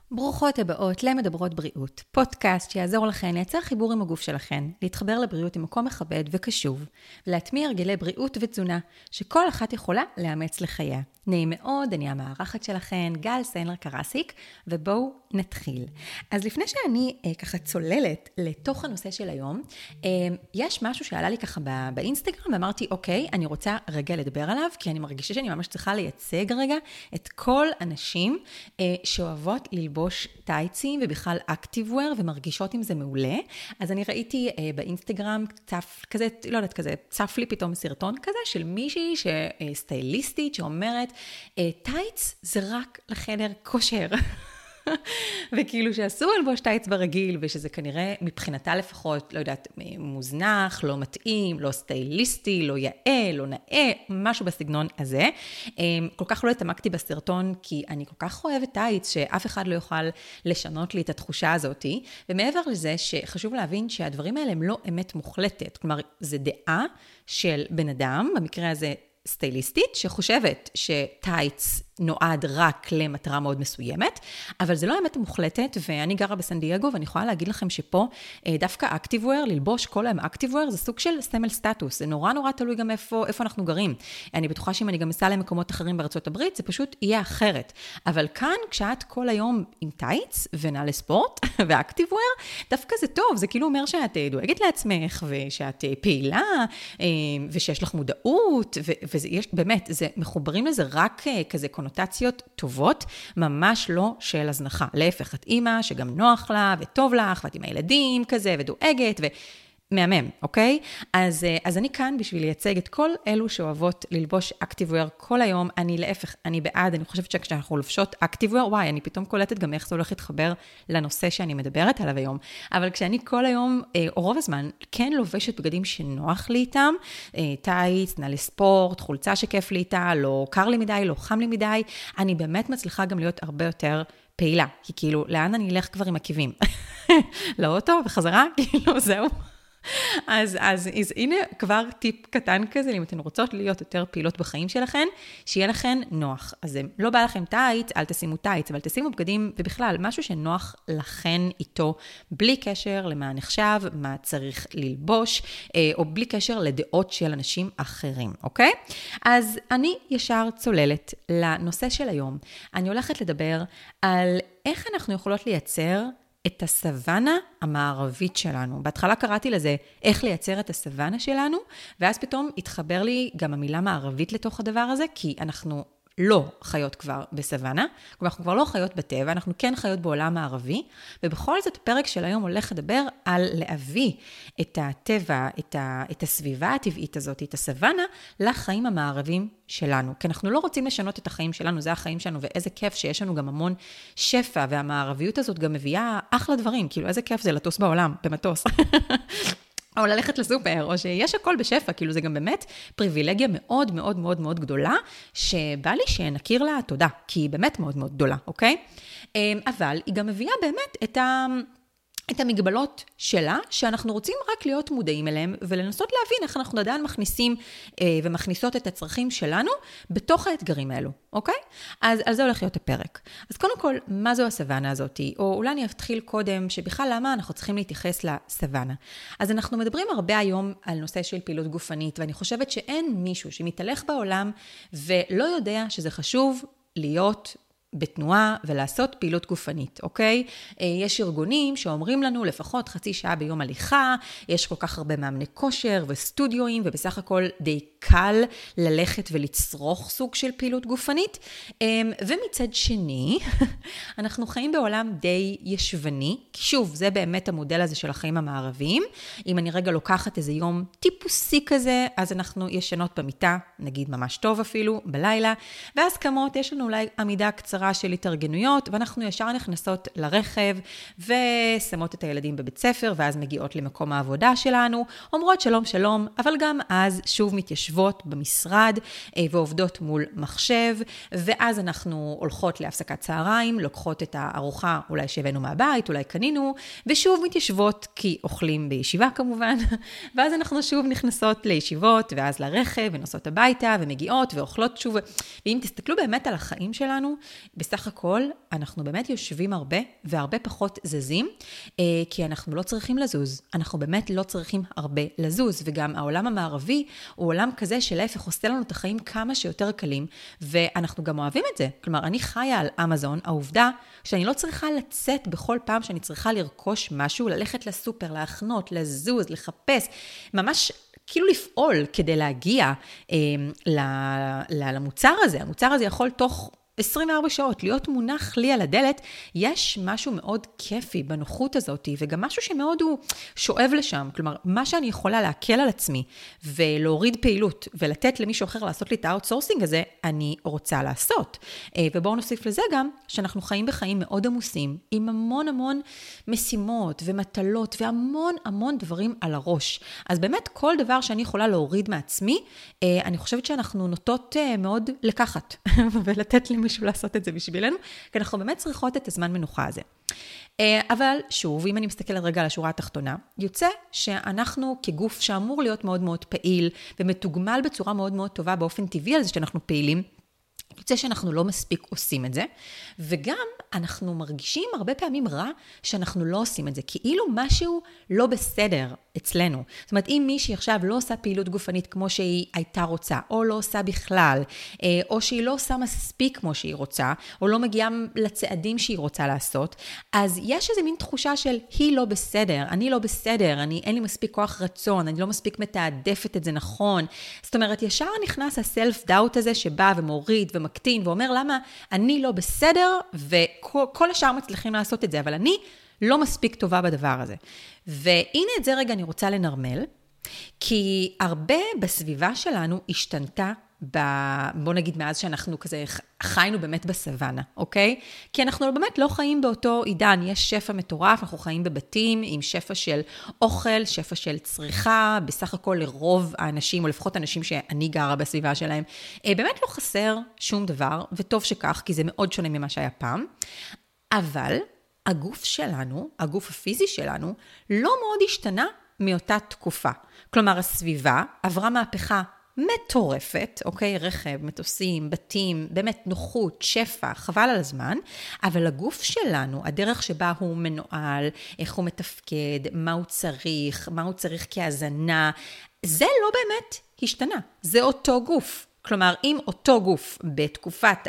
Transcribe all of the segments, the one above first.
ברוכות הבאות למדברות בריאות, פודקאסט שיעזור לכן לייצר חיבור עם הגוף שלכן, להתחבר לבריאות עם מקום מכבד וקשוב, ולהטמיע הרגלי בריאות ותזונה, שכל אחת יכולה לאמץ לחייה. נעים מאוד, אני המארחת שלכן, גל סיינר קרסיק, ובואו נתחיל. אז לפני שאני ככה צוללת לתוך הנושא של היום, יש משהו שעלה לי ככה באינסטגרם, ואמרתי, אוקיי, אני רוצה רגע לדבר עליו, כי אני מרגישה שאני ממש צריכה לייצג רגע את כל הנשים שאוהבות ללבוש טייצים, ובכלל אקטיבוור, ומרגישות עם זה מעולה. אז אני ראיתי באינסטגרם צף כזה, לא יודעת כזה, צף לי פתאום סרטון כזה, של מישהי סטייליסטית שאומרת, טייץ זה רק לחדר כושר. וכאילו שאסור ללבוש טייץ ברגיל, ושזה כנראה מבחינתה לפחות, לא יודעת, מוזנח, לא מתאים, לא סטייליסטי, לא יאה, לא נאה, משהו בסגנון הזה. כל כך לא התעמקתי בסרטון, כי אני כל כך אוהבת טייץ, שאף אחד לא יוכל לשנות לי את התחושה הזאת. ומעבר לזה, שחשוב להבין שהדברים האלה הם לא אמת מוחלטת. כלומר, זה דעה של בן אדם, במקרה הזה סטייליסטית, שחושבת שטייץ נועד רק למטרה מאוד מסוימת, אבל זה לא אמת מוחלטת, ואני גרה בסן דייגו, ואני יכולה להגיד לכם שפה דווקא אקטיבוור, ללבוש כל היום אקטיבוור, זה סוג של סמל סטטוס, זה נורא תלוי גם איפה אנחנו גרים. אני בטוחה שאם אני גם אסע למקומות אחרים בארצות הברית, זה פשוט יהיה אחרת. אבל כאן, כשאת כל היום עם טייץ, ונעלי ספורט, ואקטיבוור, דווקא זה טוב, זה כאילו אומר שאת דואגת לעצמך, ושאת פעילה, ושיש לך מודעות, ויש, באמת, זה מחוברים לזה רק כזה קונוטציות טובות, ממש לא של הזנחה. להפך, את אימא שגם נוח לה וטוב לך, ואת עם הילדים כזה, ודואגת, מהמם, אוקיי? אז אני כאן בשביל לייצג את כל אלו שאוהבות ללבוש אקטיבוור כל היום. אני להפך, אני בעד, אני חושבת שכשאנחנו לובשות אקטיבוור, וואי, אני פתאום קולטת גם איך זה הולך להתחבר לנושא שאני מדברת עליו היום. אבל כשאני כל היום, או רוב הזמן, כן לובשת בגדים שנוח לי איתם, טייץ, נעלי ספורט, חולצה שכיף לי איתה, לא קר לי מדי, לא חם לי מדי, אני באמת מצליחה גם להיות הרבה יותר פעילה. כי כאילו, לאן אני אלך כבר עם עקיבים? לאוטו וחזרה, כאילו, זהו. אז הנה כבר טיפ קטן כזה, אם אתן רוצות להיות יותר פעילות בחיים שלכן, שיהיה לכן נוח. אז לא בא לכם טייץ, אל תשימו טייץ, אבל תשימו בגדים, ובכלל, משהו שנוח לכן איתו, בלי קשר למה נחשב, מה צריך ללבוש, או בלי קשר לדעות של אנשים אחרים, אוקיי? אז אני ישר צוללת לנושא של היום. אני הולכת לדבר על איך אנחנו יכולות לייצר את הסוואנה המערבית שלנו. בהתחלה קראתי לזה איך לייצר את הסוואנה שלנו, ואז פתאום התחבר לי גם המילה מערבית לתוך הדבר הזה, כי אנחנו לא חיות כבר בסוואנה, כלומר אנחנו כבר לא חיות בטבע, אנחנו כן חיות בעולם הערבי, ובכל זאת הפרק של היום הולך לדבר על להביא את הטבע, את הסביבה הטבעית הזאת, את הסוואנה, לחיים המערבים שלנו. כי אנחנו לא רוצים לשנות את החיים שלנו, זה החיים שלנו, ואיזה כיף שיש לנו גם המון שפע, והמערביות הזאת גם מביאה אחלה דברים, כאילו איזה כיף זה לטוס בעולם, במטוס. או ללכת לסופר, או שיש הכל בשפע, כאילו זה גם באמת פריבילגיה מאוד מאוד מאוד מאוד גדולה, שבא לי שנכיר לה תודה, כי היא באמת מאוד מאוד גדולה, אוקיי? אבל היא גם מביאה באמת את המגבלות שלה, שאנחנו רוצים רק להיות מודעים אליהם, ולנסות להבין איך אנחנו עדיין מכניסים ומכניסות את הצרכים שלנו בתוך האתגרים האלו, אוקיי? אז על זה הולך להיות הפרק. אז קודם כל, מה זו הסוואנה הזאת? או אולי אני אתחיל קודם, שבכלל למה אנחנו צריכים להתייחס לסוואנה. אז אנחנו מדברים הרבה היום על נושא של פעילות גופנית, ואני חושבת שאין מישהו שמתהלך בעולם, ולא יודע שזה חשוב להיות בתנועה ולעשות פעילות גופנית, אוקיי? יש ארגונים שאומרים לנו לפחות חצי שעה ביום הליכה, יש כל כך הרבה מאמני כושר וסטודיואים, ובסך הכל די קל ללכת ולצרוך סוג של פעילות גופנית. ומצד שני, אנחנו חיים בעולם די ישבני, כי שוב, זה באמת המודל הזה של החיים המערביים. אם אני רגע לוקחת איזה יום טיפוסי כזה, אז אנחנו ישנות במיטה, נגיד ממש טוב אפילו, בלילה, ואז כמות יש לנו אולי עמידה קצרה של התארגנויות, ואנחנו ישר נכנסות לרכב, ושמות את הילדים בבית ספר, ואז מגיעות למקום העבודה שלנו, אומרות שלום שלום, אבל גם אז שוב מתיישבות, יושבות במשרד ועובדות מול מחשב, ואז אנחנו הולכות להפסקת צהריים, לוקחות את הארוחה אולי שהבאנו מהבית, אולי קנינו, ושוב מתיישבות כי אוכלים בישיבה כמובן, ואז אנחנו שוב נכנסות לישיבות, ואז לרכב, ונוסעות הביתה, ומגיעות, ואוכלות שוב. ואם תסתכלו באמת על החיים שלנו, בסך הכל אנחנו באמת יושבים הרבה, והרבה פחות זזים, כי אנחנו לא צריכים לזוז. אנחנו באמת לא צריכים הרבה לזוז, וגם העולם המערבי הוא עולם כזה שלהפך עושה לנו את החיים כמה שיותר קלים, ואנחנו גם אוהבים את זה. כלומר, אני חיה על אמזון, העובדה שאני לא צריכה לצאת בכל פעם שאני צריכה לרכוש משהו, ללכת לסופר, להכנות, לזוז, לחפש, ממש כאילו לפעול כדי להגיע למוצר הזה. המוצר הזה יכול תוך 24 שעות להיות מונח לי על הדלת. יש משהו מאוד כיפי בנוחות הזאת, וגם משהו שמאוד הוא שואב לשם. כלומר, מה שאני יכולה להקל על עצמי, ולהוריד פעילות, ולתת למישהו אחר לעשות לי את האוטסורסינג הזה, אני רוצה לעשות. ובואו נוסיף לזה גם, שאנחנו חיים בחיים מאוד עמוסים, עם המון המון משימות ומטלות, והמון המון דברים על הראש. אז באמת כל דבר שאני יכולה להוריד מעצמי, אני חושבת שאנחנו נוטות מאוד לקחת, ולתת למישהו לעשות את זה בשבילנו, כי אנחנו באמת צריכות את הזמן מנוחה הזה. אבל שוב, אם אני מסתכלת רגע על השורה התחתונה, יוצא שאנחנו כגוף שאמור להיות מאוד מאוד פעיל, ומתוגמל בצורה מאוד מאוד טובה באופן טבעי על זה שאנחנו פעילים, יוצא שאנחנו לא מספיק עושים את זה, וגם אנחנו מרגישים הרבה פעמים רע שאנחנו לא עושים את זה, כאילו משהו לא בסדר אצלנו. זאת אומרת, אם מישהי עכשיו לא עושה פעילות גופנית כמו שהיא הייתה רוצה, או לא עושה בכלל, או שהיא לא עושה מספיק כמו שהיא רוצה, או לא מגיעה לצעדים שהיא רוצה לעשות, אז יש איזו מין תחושה של היא לא בסדר, אני לא בסדר, אין לי מספיק כוח רצון, אני לא מספיק מתעדפת את זה נכון. זאת אומרת, ישר נכנס הסלף-דאוט הזה שבא ומוריד ומקטין ואומר למה אני לא בסדר, וכל השאר מצליחים לעשות את זה, אבל אני לא מספיק טובה בדבר הזה. והנה את זה רגע אני רוצה לנרמל, כי הרבה בסביבה שלנו השתנתה, בוא נגיד מאז שאנחנו כזה חיינו באמת בסוואנה, אוקיי? כי אנחנו באמת לא חיים באותו עידן, יש שפע מטורף, אנחנו חיים בבתים עם שפע של אוכל, שפע של צריכה, בסך הכל לרוב האנשים, או לפחות אנשים שאני גרה בסביבה שלהם, באמת לא חסר שום דבר, וטוב שכך, כי זה מאוד שונה ממה שהיה פעם, אבל הגוף שלנו, הגוף הפיזי שלנו, לא מאוד השתנה מאותה תקופה. כלומר, הסביבה עברה מהפכה מטורפת, אוקיי? רכב, מטוסים, בתים, באמת נוחות, שפע, חבל על הזמן, אבל הגוף שלנו, הדרך שבה הוא מנועל, איך הוא מתפקד, מה הוא צריך כהזנה, זה לא באמת השתנה, זה אותו גוף. כלומר, אם אותו גוף בתקופת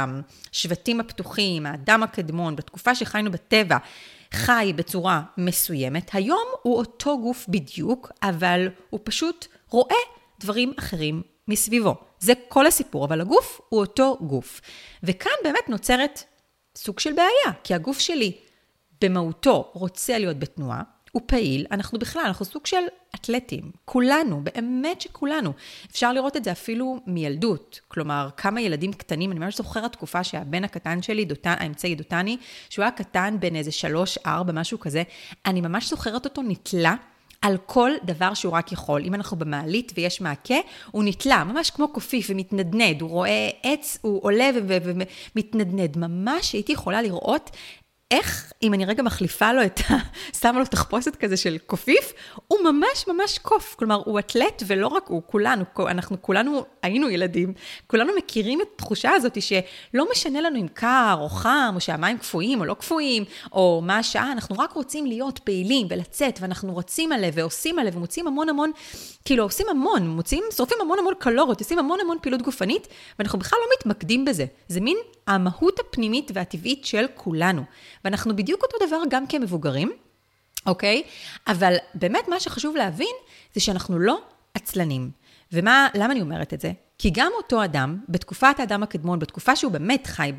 השבטים הפתוחים, האדם הקדמון, בתקופה שחיינו בטבע, חי בצורה מסוימת, היום הוא אותו גוף בדיוק, אבל הוא פשוט רואה דברים אחרים מסביבו. זה כל הסיפור, אבל הגוף הוא אותו גוף. וכאן באמת נוצרת סוג של בעיה, כי הגוף שלי במהותו רוצה להיות בתנועה, הוא פעיל, אנחנו סוג של אתלטים, כולנו, באמת שכולנו. אפשר לראות את זה אפילו מילדות, כלומר, כמה ילדים קטנים, אני ממש זוכרת תקופה שהבן הקטן שלי, האמצעי דותני, שהוא היה קטן בין איזה 3-4, משהו כזה, אני ממש זוכרת אותו נתלה, על כל דבר שהוא רק יכול. אם אנחנו במעלית ויש מעקה, הוא נתלה, ממש כמו קופיף ומתנדנד, הוא רואה עץ, הוא עולה ומתנדנד. ממש הייתי יכולה לראות איך, אם אני רגע מחליפה לו שמה לו תחפושת כזה של קופיף, הוא ממש ממש קוף. כלומר, הוא אתלט ולא רק הוא, אנחנו כולנו היינו ילדים, כולנו מכירים את התחושה הזאת שלא משנה לנו אם קר או חם, או שהמים קפואים או לא קפואים, או מה השעה, אנחנו רק רוצים להיות פעילים ולצאת, ואנחנו רצים עליהם ועושים עליהם, ומוצאים המון, כאילו עושים המון, שורפים המון קלוריות, עושים המון פעילות גופנית, ואנחנו בכלל לא מתמקדים בזה. זה מין המהות הפנימית והטבעית של כולנו. ואנחנו בדיוק אותו דבר גם כמבוגרים, אוקיי? אבל באמת מה שחשוב להבין זה שאנחנו לא עצלנים. למה אני אומרת את זה? כי גם אותו אדם, בתקופת האדם הקדמון, בתקופה שהוא באמת חי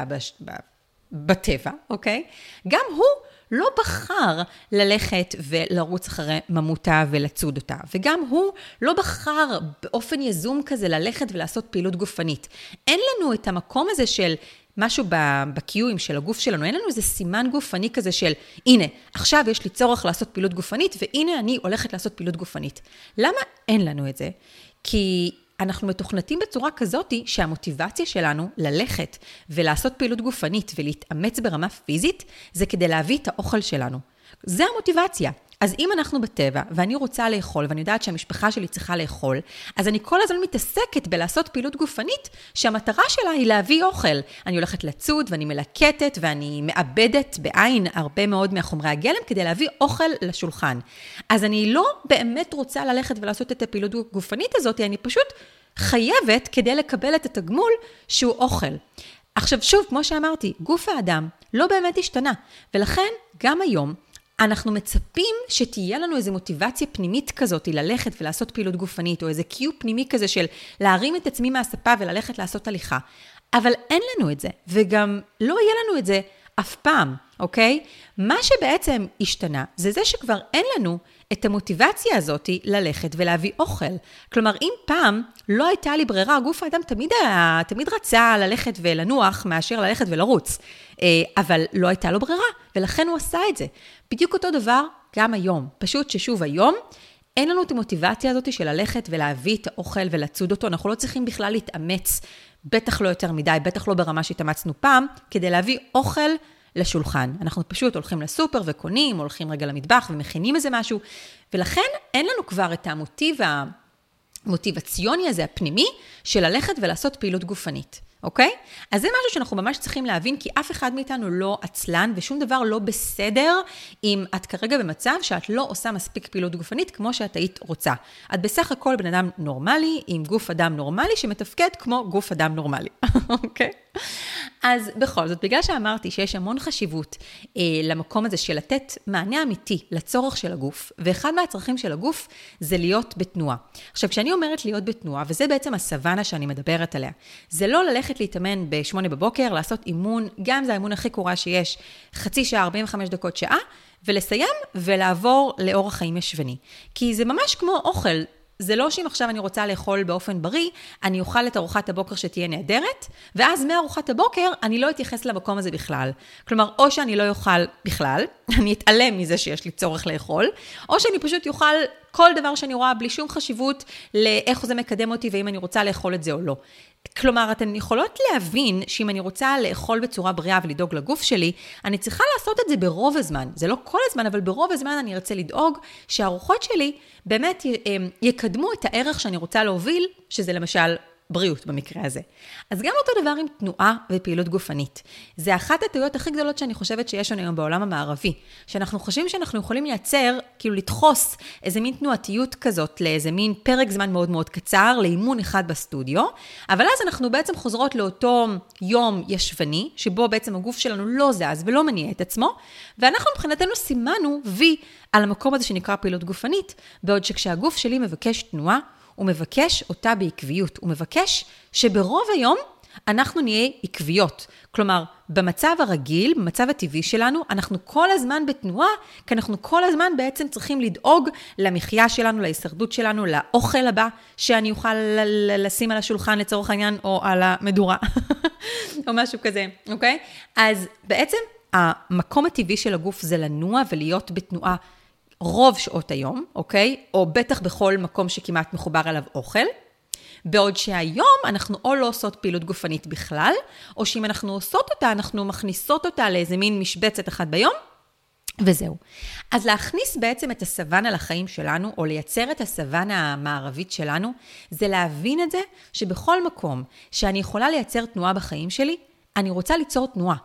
בטבע, אוקיי? גם הוא לא בחר ללכת ולרוץ אחרי ממותה ולצוד אותה. וגם הוא לא בחר באופן יזום כזה ללכת ולעשות פעילות גופנית. אין לנו את המקום הזה של משהו בקיואים של הגוף שלנו, אין לנו איזה סימן גופני כזה של, הנה, עכשיו יש לי צורך לעשות פעילות גופנית, והנה אני הולכת לעשות פעילות גופנית. למה אין לנו את זה? כי אנחנו מתוכנתים בצורה כזאת שהמוטיבציה שלנו ללכת ולעשות פעילות גופנית ולהתאמץ ברמה פיזית, זה כדי להביא את האוכל שלנו. זה המוטיבציה. אז אם אנחנו בטבע, ואני רוצה לאכול, ואני יודעת שהמשפחה שלי צריכה לאכול, אז אני כל הזמן מתעסקת בלעשות פעילות גופנית, שהמטרה שלה היא להביא אוכל. אני הולכת לצוד, ואני מלקטת, ואני מאבדת בעין הרבה מאוד מהחומרי הגלם, כדי להביא אוכל לשולחן. אז אני לא באמת רוצה ללכת ולעשות את הפעילות גופנית הזאת, אני פשוט חייבת כדי לקבל את התגמול שהוא אוכל. עכשיו שוב, כמו שאמרתי, גוף האדם לא באמת השתנה, ולכן גם היום, אנחנו מצפים שתהיה לנו איזו מוטיבציה פנימית כזאת, ללכת ולעשות פעילות גופנית, או איזה קיו פנימי כזה של להרים את עצמי מהספה וללכת לעשות הליכה. אבל אין לנו את זה, וגם לא יהיה לנו את זה אף פעם, אוקיי? מה שבעצם השתנה, זה שכבר אין לנו את המוטיבציה הזאת ללכת ולהביא אוכל. כלומר, אם פעם לא הייתה לי ברירה, גוף האדם תמיד רצה ללכת ולנוח מאשר ללכת ולרוץ. אבל לא הייתה לו ברירה, ולכן הוא עשה את זה. בדיוק אותו דבר גם היום. פשוט ששוב היום, אין לנו את המוטיבציה הזאת של ללכת ולהביא את האוכל ולצוד אותו. אנחנו לא צריכים בכלל להתאמץ, בטח לא יותר מדי, בטח לא ברמה שהתאמצנו פעם, כדי להביא אוכל לשולחן. אנחנו פשוט הולכים לסופר וקונים, הולכים רגע למטבח ומכינים איזה משהו, ולכן אין לנו כבר את המוטיבציוני הזה, הפנימי, של ללכת ולעשות פעילות גופנית. אוקיי? אז זה משהו שאנחנו ממש צריכים להבין, כי אף אחד מאיתנו לא עצלן, ושום דבר לא בסדר, אם את כרגע במצב שאת לא עושה מספיק פעילות גופנית, כמו שאת היית רוצה. את בסך הכל בן אדם נורמלי, עם גוף אדם נורמלי, שמתפקד כמו גוף אדם נורמלי. אוקיי? אז בכל זאת, בגלל שאמרתי שיש המון חשיבות למקום הזה של לתת מענה אמיתי לצורך של הגוף, ואחד מהצרכים של הגוף זה להיות בתנועה. עכשיו, כשאני אומרת להיות בתנועה, וזה בעצם הסוואנה שאני מדברת עליה, זה לא ללכת להתאמן ב8 בבוקר, לעשות אימון, גם זה האימון הכי קורה שיש, חצי שעה, 45 דקות, שעה, ולסיים ולעבור לאורח חיים ישבני. כי זה ממש כמו אוכל, זה לא שאם עכשיו אני רוצה לאכול באופן בריא, אני אוכל את ארוחת הבוקר שתהיה נהדרת, ואז מארוחת הבוקר אני לא אתייחס למקום הזה בכלל. כלומר, או שאני לא אוכל בכלל, אני אתעלם מזה שיש לי צורך לאכול, או שאני פשוט אוכל כל דבר שאני רואה בלי שום חשיבות לאיך זה מקדם אותי ואם אני רוצה לאכול את זה או לא. כלומר, אתן יכולות להבין שאם אני רוצה לאכול בצורה בריאה ולדאוג לגוף שלי, אני צריכה לעשות את זה ברוב הזמן. זה לא כל הזמן, אבל ברוב הזמן אני ארצה לדאוג שהארוחות שלי באמת יקדמו את הערך שאני רוצה להוביל, שזה למשל בריאות במקרה הזה. אז גם אותו דבר עם תנועה ופעילות גופנית. זה אחת הטעויות הכי גדולות שאני חושבת שיש לנו היום בעולם המערבי, שאנחנו חושבים שאנחנו יכולים לייצר, כאילו לדחוס איזה מין תנועתיות כזאת, לאיזה מין פרק זמן מאוד מאוד קצר, לאימון אחד בסטודיו, אבל אז אנחנו בעצם חוזרות לאותו יום ישבני, שבו בעצם הגוף שלנו לא זז ולא מניע את עצמו, ואנחנו מבחינתנו סימנו וי על המקום הזה שנקרא פעילות גופנית, בעוד שכשהגוף שלי מבקש תנועה, הוא מבקש אותה בעקביות, הוא מבקש שברוב היום אנחנו נהיה עקביות. כלומר, במצב הרגיל, במצב הטבעי שלנו, אנחנו כל הזמן בתנועה, כי אנחנו כל הזמן בעצם צריכים לדאוג למחיה שלנו, להישרדות שלנו, לאוכל הבא שאני אוכל לשים על השולחן לצורך העניין, או על המדורה, או משהו כזה, אוקיי? אז בעצם המקום הטבעי של הגוף זה לנוע ולהיות בתנועה רוב שעות היום, אוקיי? או בטח בכל מקום שכמעט מחובר עליו אוכל. בעוד שהיום אנחנו או לא עושות פעילות גופנית בכלל, או שאם אנחנו עושות אותה, אנחנו מכניסות אותה לאיזה מין משבצת אחת ביום, וזהו. אז להכניס בעצם את הסוואנה לחיים שלנו, או לייצר את הסוואנה המערבית שלנו, זה להבין את זה שבכל מקום שאני יכולה לייצר תנועה בחיים שלי, אני רוצה ליצור תנועה.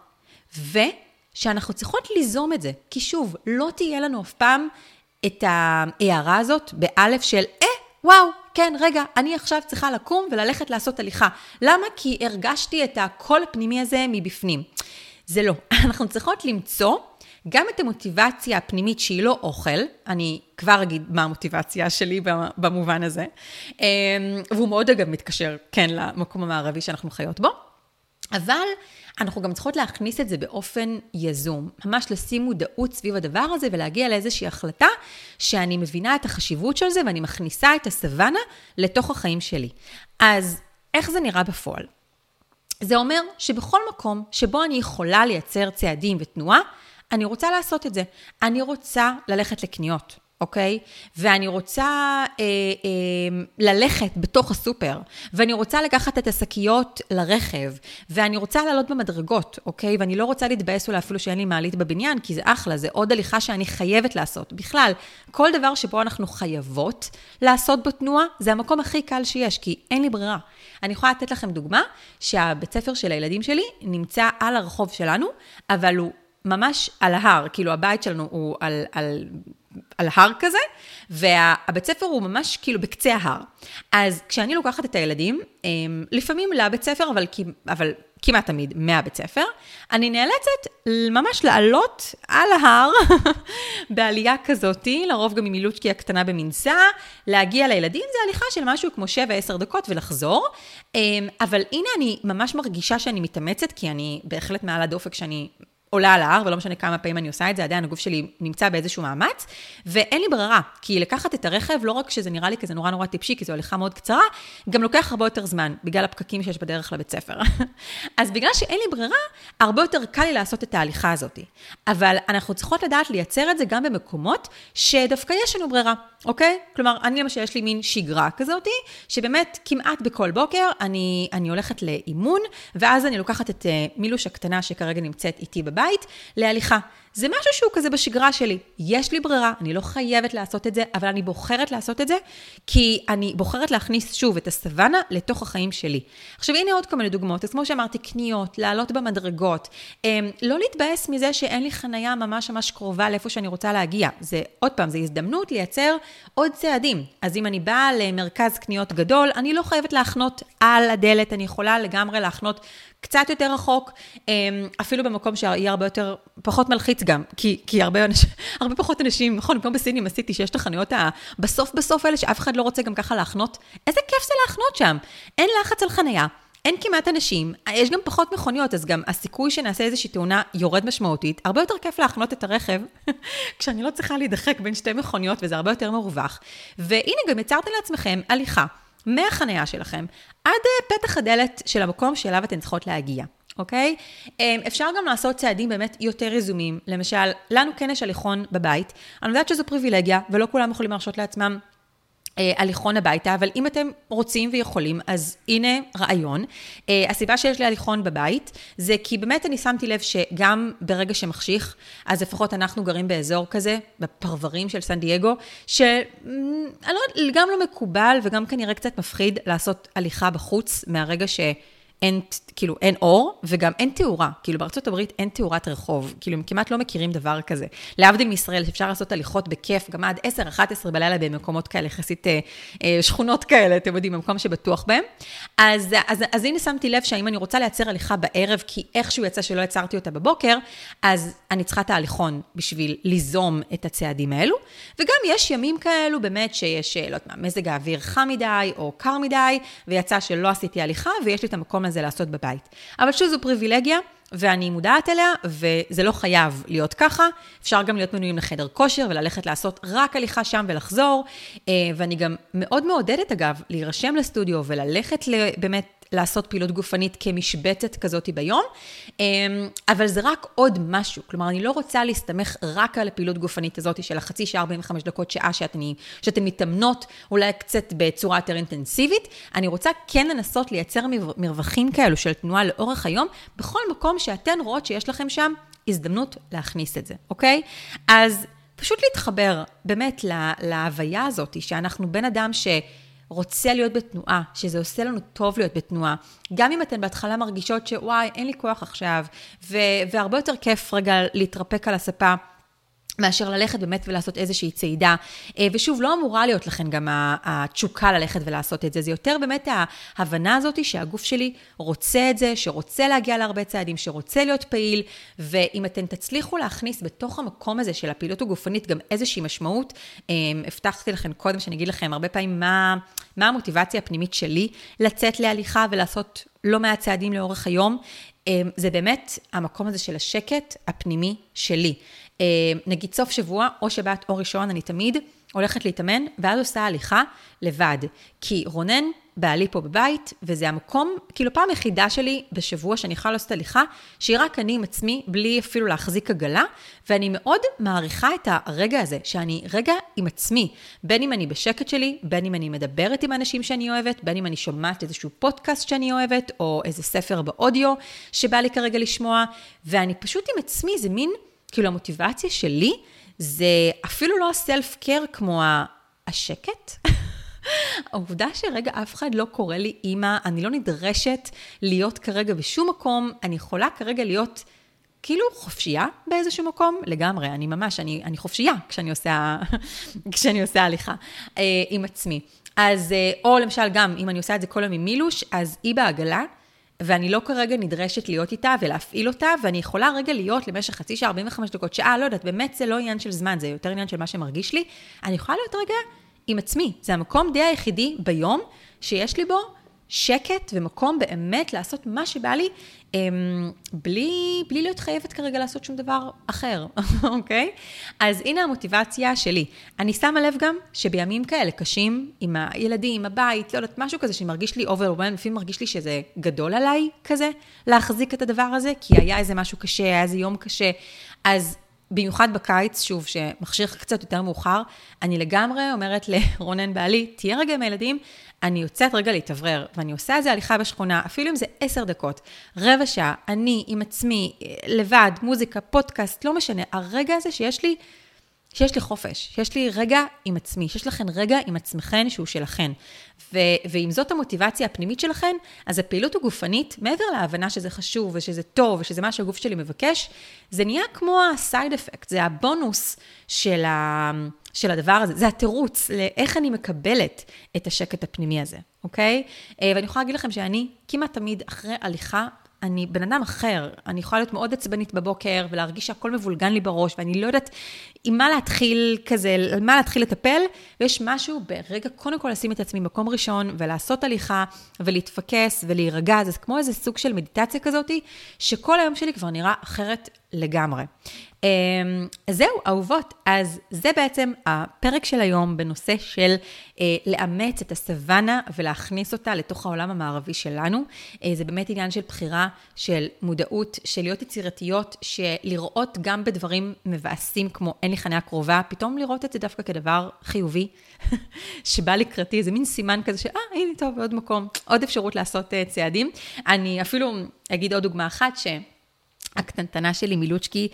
שאנחנו צריכות ליזום את זה, כי שוב, לא תהיה לנו אף פעם את ההערה הזאת באלף של, וואו, כן, רגע, אני עכשיו צריכה לקום וללכת לעשות הליכה. למה? כי הרגשתי את הקול הפנימי הזה מבפנים. זה לא. אנחנו צריכות למצוא גם את המוטיבציה הפנימית שהיא לא אוכל, אני כבר אגיד מה המוטיבציה שלי במובן הזה, והוא מאוד אגב מתקשר, כן, למקום המערבי שאנחנו חיות בו, אבל אנחנו גם צריכות להכניס את זה באופן יזום, ממש לשים מודעות סביב הדבר הזה ולהגיע לאיזושהי החלטה שאני מבינה את החשיבות של זה ואני מכניסה את הסוואנה לתוך החיים שלי. אז איך זה נראה בפועל? זה אומר שבכל מקום שבו אני יכולה לייצר צעדים ותנועה, אני רוצה לעשות את זה. אני רוצה ללכת לקניות. אוקיי? ואני רוצה ללכת בתוך הסופר, ואני רוצה לקחת את השקיות לרכב, ואני רוצה לעלות במדרגות, אוקיי? ואני לא רוצה להתבאס אולי אפילו שאין לי מעלית בבניין, כי זה אחלה, זה עוד הליכה שאני חייבת לעשות. בכלל, כל דבר שבו אנחנו חייבות לעשות בתנועה, זה המקום הכי קל שיש, כי אין לי ברירה. אני יכולה לתת לכם דוגמה, שהבית ספר של הילדים שלי נמצא על הרחוב שלנו, אבל הוא ממש על ההר, כאילו הבית שלנו הוא על הר כזה, והבית ספר הוא ממש כאילו בקצה ההר. אז כשאני לוקחת את הילדים, לפעמים לבית ספר, אבל כמעט תמיד מהבית ספר, אני נאלצת ממש לעלות על ההר, בעלייה כזאת, לרוב גם עם מילוצ'קי הקטנה במנסה, להגיע לילדים, זה הליכה של משהו כמו 7-10 דקות ולחזור, אבל הנה אני ממש מרגישה שאני מתאמצת, כי אני בהחלט מעל הדופק שאני עולה על ההר, ולא משנה כמה פעמים אני עושה את זה, עדיין הגוף שלי נמצא באיזשהו מאמץ, ואין לי ברירה, כי לקחת את הרכב, לא רק שזה נראה לי כזה נורא טיפשי, כי זו הליכה מאוד קצרה, גם לוקח הרבה יותר זמן, בגלל הפקקים שיש בדרך לבית ספר. אז בגלל שאין לי ברירה, הרבה יותר קל לי לעשות את ההליכה הזאת. אבל אנחנו צריכות לדעת לייצר את זה גם במקומות שדווקא יש לנו ברירה, אוקיי? כלומר, אני למשל יש לי מין שגרה כזאת, שבאמת כמעט בכל בוקר אני הולכת לאימון, ואז אני לוקחת את מילוש הקטנה שכרגע נמצאת איתי בבית, להליכה. זה משהו שהוא כזה בשגרה שלי. יש לי ברירה, אני לא חייבת לעשות את זה, אבל אני בוחרת לעשות את זה, כי אני בוחרת להכניס שוב את הסוואנה לתוך החיים שלי. עכשיו, הנה עוד כמה דוגמאות. אז כמו שאמרתי, קניות, לעלות במדרגות, לא להתבאס מזה שאין לי חנייה ממש קרובה לאיפה שאני רוצה להגיע. זה, עוד פעם, זה הזדמנות לייצר עוד צעדים. אז אם אני באה למרכז קניות גדול, אני לא חייבת להחנות על הדלת, אני יכולה לגמרי להחנות קצת יותר רחוק, אפילו במקום שיהיה הרבה יותר, פחות מלחיץ גם, כי הרבה פחות אנשים, נכון, כמו בסידני עשיתי שיש את החנויות בסוף האלה, שאף אחד לא רוצה גם ככה להחנות, איזה כיף זה להחנות שם, אין לחץ על חנייה, אין כמעט אנשים, יש גם פחות מכוניות, אז גם הסיכוי שנעשה איזושהי תאונה יורד משמעותית, הרבה יותר כיף להחנות את הרכב, כשאני לא צריכה להידחק בין שתי מכוניות, וזה הרבה יותר מרווח, והנה גם יצרתם לעצמכם הליכה, מהחניה שלכם, עד פתח הדלת של המקום שאליו אתן צריכות להגיע, אוקיי? אפשר גם לעשות צעדים באמת יותר יזומים, למשל, לנו כן יש הליכון בבית, אני יודעת שזו פריבילגיה, ולא כולם יכולים להרשות לעצמם הליכון הביתה, אבל אם אתם רוצים ויכולים, אז הנה רעיון. הסיבה שיש לי הליכון בבית, זה כי באמת אני שמתי לב שגם ברגע שמחשיך, אז לפחות אנחנו גרים באזור כזה, בפרברים של סן דייגו, שגם לא מקובל וגם כנראה קצת מפחיד לעשות הליכה בחוץ מהרגע אין אור, וגם אין תאורה. כאילו בארצות הברית אין תאורת רחוב. כאילו הם כמעט לא מכירים דבר כזה. להבדיל מישראל, שאפשר לעשות הליכות בכיף, גם עד 10-11 בלילה במקומות כאלה, יחסית שכונות כאלה, אתם יודעים, במקום שבטוח בהם. אז הנה שמתי לב שאם אני רוצה לייצר הליכה בערב, כי איכשהו יצא שלא יצרתי אותה בבוקר, אז אני צריכה את ההליכון בשביל ליזום את הצעדים האלו. וגם יש ימים כאלו באמת שיש, לא יודעת מה, מזג האוויר חם מדי או קר מדי, ויצא שלא עשיתי הליכה, ויש לי את המקום הזה לעשות בבית. אבל שוב זו פריבילגיה, ואני מודעת אליה, וזה לא חייב להיות ככה. אפשר גם להיות מנויים לחדר כושר, וללכת לעשות רק הליכה שם ולחזור. ואני גם מאוד מעודדת, אגב, להירשם לסטודיו, וללכת באמת לעשות פעילות גופנית כמשבצת כזאת ביום, אבל זה רק עוד משהו. כלומר, אני לא רוצה להסתמך רק על הפעילות גופנית הזאת של החצי שעה, 45 דקות, שעה שאתן מתאמנות, אולי קצת בצורה יותר אינטנסיבית. אני רוצה כן לנסות לייצר מרווחים כאלו של תנועה לאורך היום, בכל מקום שאתן רואות שיש לכם שם הזדמנות להכניס את זה, אוקיי? אז פשוט להתחבר באמת להוויה הזאת, שאנחנו בן אדם רוצה להיות בתנועה, שזה עושה לנו טוב להיות בתנועה. גם אם אתן בהתחלה מרגישות שוואי, אין לי כוח עכשיו, והרבה יותר כיף רגע להתרפק על הספה, מאשר ללכת באמת ולעשות איזושהי צעידה. ושוב, לא אמורה להיות לכן גם התשוקה ללכת ולעשות את זה. זה יותר באמת ההבנה הזאת שהגוף שלי רוצה את זה, שרוצה להגיע להרבה צעדים, שרוצה להיות פעיל, ואם אתן תצליחו להכניס בתוך המקום הזה של הפעילות הגופנית גם איזושהי משמעות, הבטחתי לכם קודם שאני אגיד לכם הרבה פעמים מה המוטיבציה הפנימית שלי לצאת להליכה ולעשות לא מעט צעדים לאורך היום. זה באמת המקום הזה של השקט הפנימי שלי. נגיד סוף שבוע, או שבת או ראשון, אני תמיד הולכת להתאמן, ואז עושה הליכה לבד. כי רונן בעלי פה בבית, וזה המקום, כאילו פעם יחידה שלי בשבוע שאני יכולה לעשות הליכה, שהיא רק אני עם עצמי, בלי אפילו להחזיק עגלה, ואני מאוד מעריכה את הרגע הזה, שאני רגע עם עצמי, בין אם אני בשקט שלי, בין אם אני מדברת עם אנשים שאני אוהבת, בין אם אני שומעת איזשהו פודקאסט שאני אוהבת, או איזה ספר באודיו שבא לי כרגע לשמוע, ואני פשוט עם עצמי, זה מין, כאילו המוטיבציה שלי, זה אפילו לא הסלף-קר כמו השקט. העובדה שרגע אף אחד לא קורא לי אמא, אני לא נדרשת להיות כרגע בשום מקום, אני יכולה כרגע להיות כאילו חופשייה באיזשהו מקום, לגמרי, אני ממש, אני חופשייה כשאני עושה הליכה עם עצמי. אז, או למשל גם, אם אני עושה את זה כל יום עם מילוש, אז היא בעגלה, ואני לא כרגע נדרשת להיות איתה ולהפעיל אותה, ואני יכולה רגע להיות למשך חצי שעה, 45 דקות, שעה, לא יודעת, באמת זה לא עניין של זמן, זה יותר עניין של מה שמרגיש לי. אני יכולה להיות רגע עם עצמי. זה המקום די היחידי ביום שיש לי בו שקט ומקום באמת לעשות מה שבא לי, בלי להיות חייבת כרגע לעשות שום דבר אחר, אוקיי? אז הנה המוטיבציה שלי. אני שמה לב גם שבימים כאלה קשים, עם הילדים, עם הבית, לא יודעת, משהו כזה שמרגיש לי overwhelmed, לפעמים מרגיש לי שזה גדול עליי כזה, להחזיק את הדבר הזה, כי היה איזה משהו קשה, היה איזה יום קשה, אז במיוחד בקיץ, שוב, שמכשיר קצת יותר מאוחר, אני לגמרי אומרת לרונן בעלי, תהיה רגע עם הילדים, אני יוצאת רגע להתאוורר, ואני עושה איזה הליכה בשכונה, אפילו אם זה 10 דקות, רבע שעה, אני עם עצמי, לבד, מוזיקה, פודקאסט, לא משנה, הרגע הזה שיש לי חופש, שיש לי רגע עם עצמי, שיש לכן רגע עם עצמכן שהוא שלכן. ואם זאת המוטיבציה הפנימית שלכן, אז הפעילות הגופנית, מעבר להבנה שזה חשוב ושזה טוב ושזה מה שהגוף שלי מבקש, זה נהיה כמו הסייד אפקט, זה הבונוס של הדבר הזה, זה התירוץ לאיך אני מקבלת את השקט הפנימי הזה, אוקיי? ואני יכולה להגיד לכם שאני כמעט תמיד אחרי הליכה, אני בן אדם אחר, אני יכולה להיות מאוד עצבנית בבוקר, ולהרגיש שהכל מבולגן לי בראש, ואני לא יודעת עם מה להתחיל כזה, על מה להתחיל לטפל, ויש משהו ברגע, קודם כל לשים את עצמי מקום ראשון, ולעשות הליכה, ולהתפקס, ולהירגע, זה כמו איזה סוג של מדיטציה כזאת, שכל היום שלי כבר נראה אחרת לגמרי. זהו, אהובות, אז זה בעצם הפרק של היום בנושא של לאמץ את הסוואנה ולהכניס אותה לתוך העולם המערבי שלנו. זה באמת עניין של בחירה, של מודעות, של להיות יצירתיות, שלראות גם בדברים מבאסים כמו אין לי חניה קרובה, פתאום לראות את זה דווקא כדבר חיובי, שבא לקראתי, זה מין סימן כזה הנה טוב, עוד מקום, עוד אפשרות לעשות צעדים. אני אפילו אגיד עוד דוגמה אחת הקטנטנה שלי מילוצ'קי,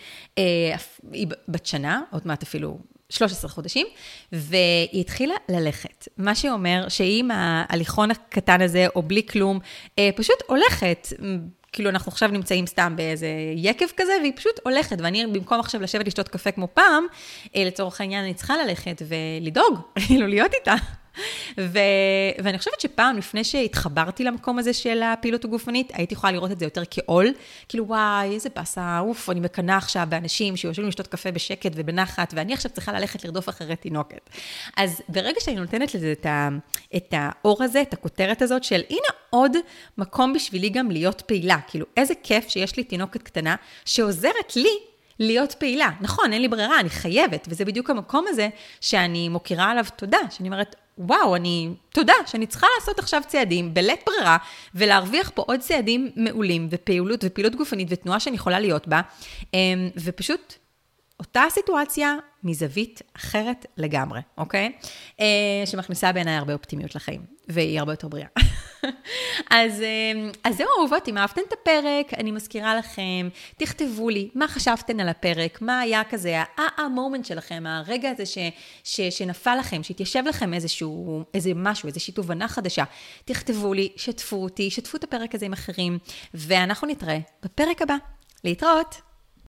היא בת שנה, עוד מעט אפילו 13 חודשים, והיא התחילה ללכת. מה שאומר שהיא עם ההליכון הקטן הזה, או בלי כלום, פשוט הולכת. כאילו אנחנו עכשיו נמצאים סתם באיזה יקב כזה, והיא פשוט הולכת, ואני במקום עכשיו לשבת לשתות קפה כמו פעם, לצורך העניין אני צריכה ללכת ולדאוג, כאילו להיות איתה. ואני חושבת שפעם לפני שהתחברתי למקום הזה של הפעילות הגופנית, הייתי יכולה לראות את זה יותר כעול, כאילו וואי, איזה באסה, אני מקנה עכשיו באנשים שיושבים לשתות קפה בשקט ובנחת, ואני עכשיו צריכה ללכת לרדוף אחרי תינוקת. אז ברגע שאני נותנת לזה את האור הזה, את הכותרת הזאת של הנה עוד מקום בשבילי גם להיות פעילה, כאילו איזה כיף שיש לי תינוקת קטנה שעוזרת לי להיות פעילה. נכון, אין לי ברירה, אני חייבת, וזה בדיוק המקום הזה שאני מוכירה עליו תודה, שאני אומרת, וואו, תודה שאני צריכה לעשות עכשיו צעדים בלית ברירה, ולהרוויח פה עוד צעדים מעולים, ופעילות גופנית ותנועה שאני יכולה להיות בה, ופשוט אותה סיטואציה מזווית אחרת לגמרי, אוקיי? שמכניסה בעיניי הרבה אופטימיות לחיים, והיא הרבה יותר בריאה. אז זהו אהובות, אם אהבתן את הפרק, אני מזכירה לכם, תכתבו לי מה חשבתן על הפרק, מה היה כזה, המומנט שלכם, הרגע הזה שנפל לכם, שהתיישב לכם איזה משהו, איזושהי תובנה חדשה. תכתבו לי, שתפו אותי, שתפו את הפרק הזה עם אחרים, ואנחנו נתראה בפרק הבא. להתראות!